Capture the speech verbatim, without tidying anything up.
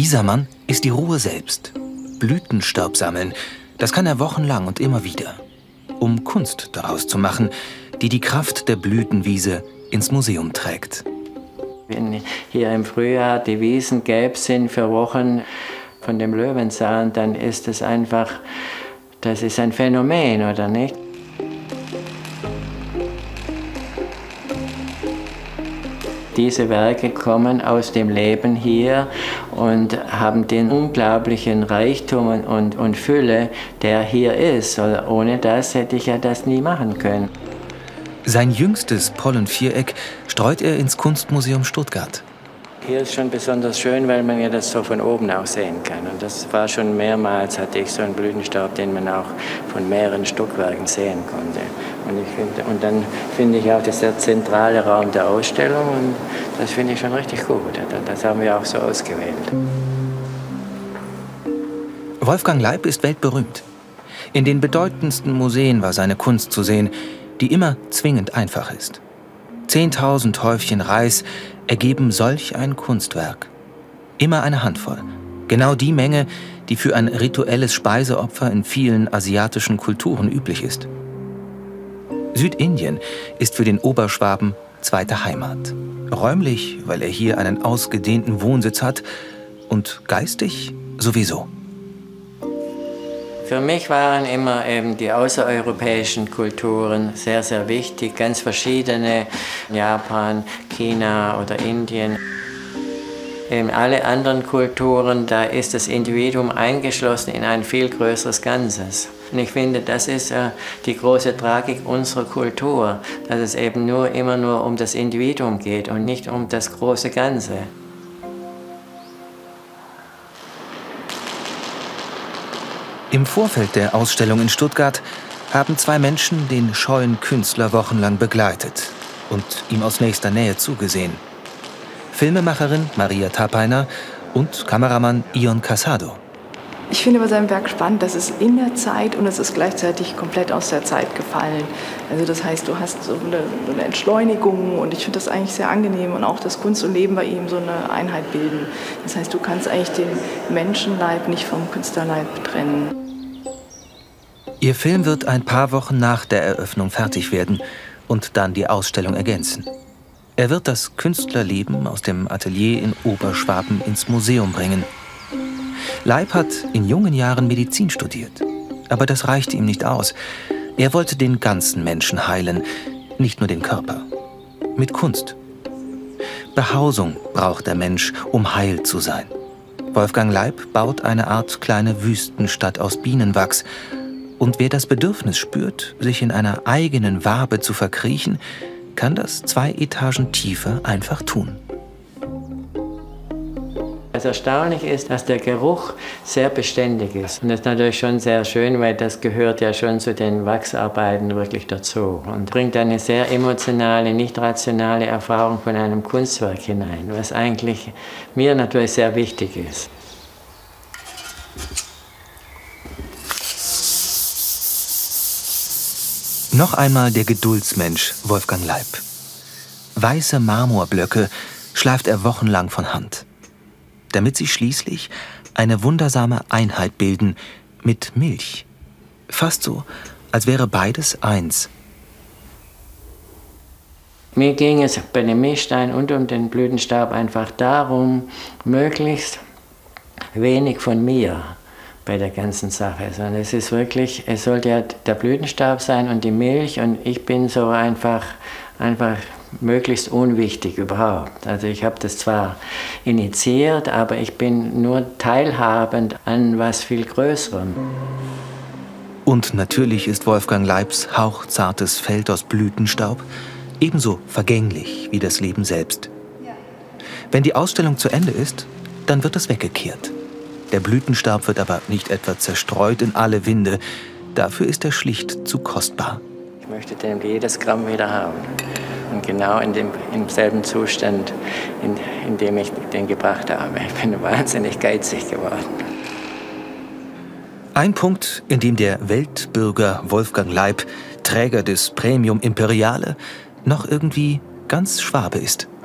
Dieser Mann ist die Ruhe selbst. Blütenstaub sammeln, das kann er wochenlang und immer wieder. Um Kunst daraus zu machen, die die Kraft der Blütenwiese ins Museum trägt. Wenn hier im Frühjahr die Wiesen gelb sind für Wochen von dem Löwenzahn, dann ist es einfach, das ist ein Phänomen, oder nicht? Diese Werke kommen aus dem Leben hier und haben den unglaublichen Reichtum und, und Fülle, der hier ist. Ohne das hätte ich ja das nie machen können. Sein jüngstes Pollenviereck streut er ins Kunstmuseum Stuttgart. Hier ist schon besonders schön, weil man ja das so von oben auch sehen kann. Und das war schon mehrmals, hatte ich so einen Blütenstaub, den man auch von mehreren Stockwerken sehen konnte. Und, ich find, und dann finde ich auch, das ist der zentrale Raum der Ausstellung und das finde ich schon richtig gut. Das haben wir auch so ausgewählt. Wolfgang Leib ist weltberühmt. In den bedeutendsten Museen war seine Kunst zu sehen, die immer zwingend einfach ist. Zehntausend Häufchen Reis ergeben solch ein Kunstwerk. Immer eine Handvoll. Genau die Menge, die für ein rituelles Speiseopfer in vielen asiatischen Kulturen üblich ist. Südindien ist für den Oberschwaben zweite Heimat. Räumlich, weil er hier einen ausgedehnten Wohnsitz hat, und geistig sowieso. Für mich waren immer eben die außereuropäischen Kulturen sehr, sehr wichtig, ganz verschiedene, Japan, China oder Indien. In alle anderen Kulturen, da ist das Individuum eingeschlossen in ein viel größeres Ganzes. Und ich finde, das ist äh, die große Tragik unserer Kultur, dass es eben nur immer nur um das Individuum geht und nicht um das große Ganze. Im Vorfeld der Ausstellung in Stuttgart haben zwei Menschen den scheuen Künstler wochenlang begleitet und ihm aus nächster Nähe zugesehen. Filmemacherin Maria Tapeiner und Kameramann Ion Casado. Ich finde bei seinem Werk spannend, dass es in der Zeit und es ist gleichzeitig komplett aus der Zeit gefallen. Also das heißt, du hast so eine, so eine Entschleunigung und ich finde das eigentlich sehr angenehm und auch das Kunst und Leben bei ihm so eine Einheit bilden. Das heißt, du kannst eigentlich den Menschenleib nicht vom Künstlerleib trennen. Ihr Film wird ein paar Wochen nach der Eröffnung fertig werden und dann die Ausstellung ergänzen. Er wird das Künstlerleben aus dem Atelier in Oberschwaben ins Museum bringen. Leib hat in jungen Jahren Medizin studiert. Aber das reichte ihm nicht aus. Er wollte den ganzen Menschen heilen, nicht nur den Körper. Mit Kunst. Behausung braucht der Mensch, um heil zu sein. Wolfgang Leib baut eine Art kleine Wüstenstadt aus Bienenwachs. Und wer das Bedürfnis spürt, sich in einer eigenen Wabe zu verkriechen, kann das zwei Etagen tiefer einfach tun. Das Erstaunliche ist, dass der Geruch sehr beständig ist. Und das ist natürlich schon sehr schön, weil das gehört ja schon zu den Wachsarbeiten wirklich dazu. Und bringt eine sehr emotionale, nicht rationale Erfahrung von einem Kunstwerk hinein, was eigentlich mir natürlich sehr wichtig ist. Noch einmal der Geduldsmensch Wolfgang Leib. Weiße Marmorblöcke schleift er wochenlang von Hand, damit sie schließlich eine wundersame Einheit bilden mit Milch. Fast so, als wäre beides eins. Mir ging es bei dem Milchstein und um den Blütenstaub einfach darum, möglichst wenig von mir bei der ganzen Sache, sondern es ist wirklich, es sollte ja der Blütenstaub sein und die Milch und ich bin so einfach, einfach möglichst unwichtig überhaupt. Also ich habe das zwar initiiert, aber ich bin nur teilhabend an was viel Größerem. Und natürlich ist Wolfgang Leibs hauchzartes Feld aus Blütenstaub ebenso vergänglich wie das Leben selbst. Wenn die Ausstellung zu Ende ist, dann wird es weggekehrt. Der Blütenstaub wird aber nicht etwa zerstreut in alle Winde. Dafür ist er schlicht zu kostbar. Ich möchte den jedes Gramm wieder haben. Und genau in dem, im selben Zustand, in, in dem ich den gebracht habe. Ich bin wahnsinnig geizig geworden. Ein Punkt, in dem der Weltbürger Wolfgang Leib, Träger des Premium Imperiale, noch irgendwie ganz Schwabe ist.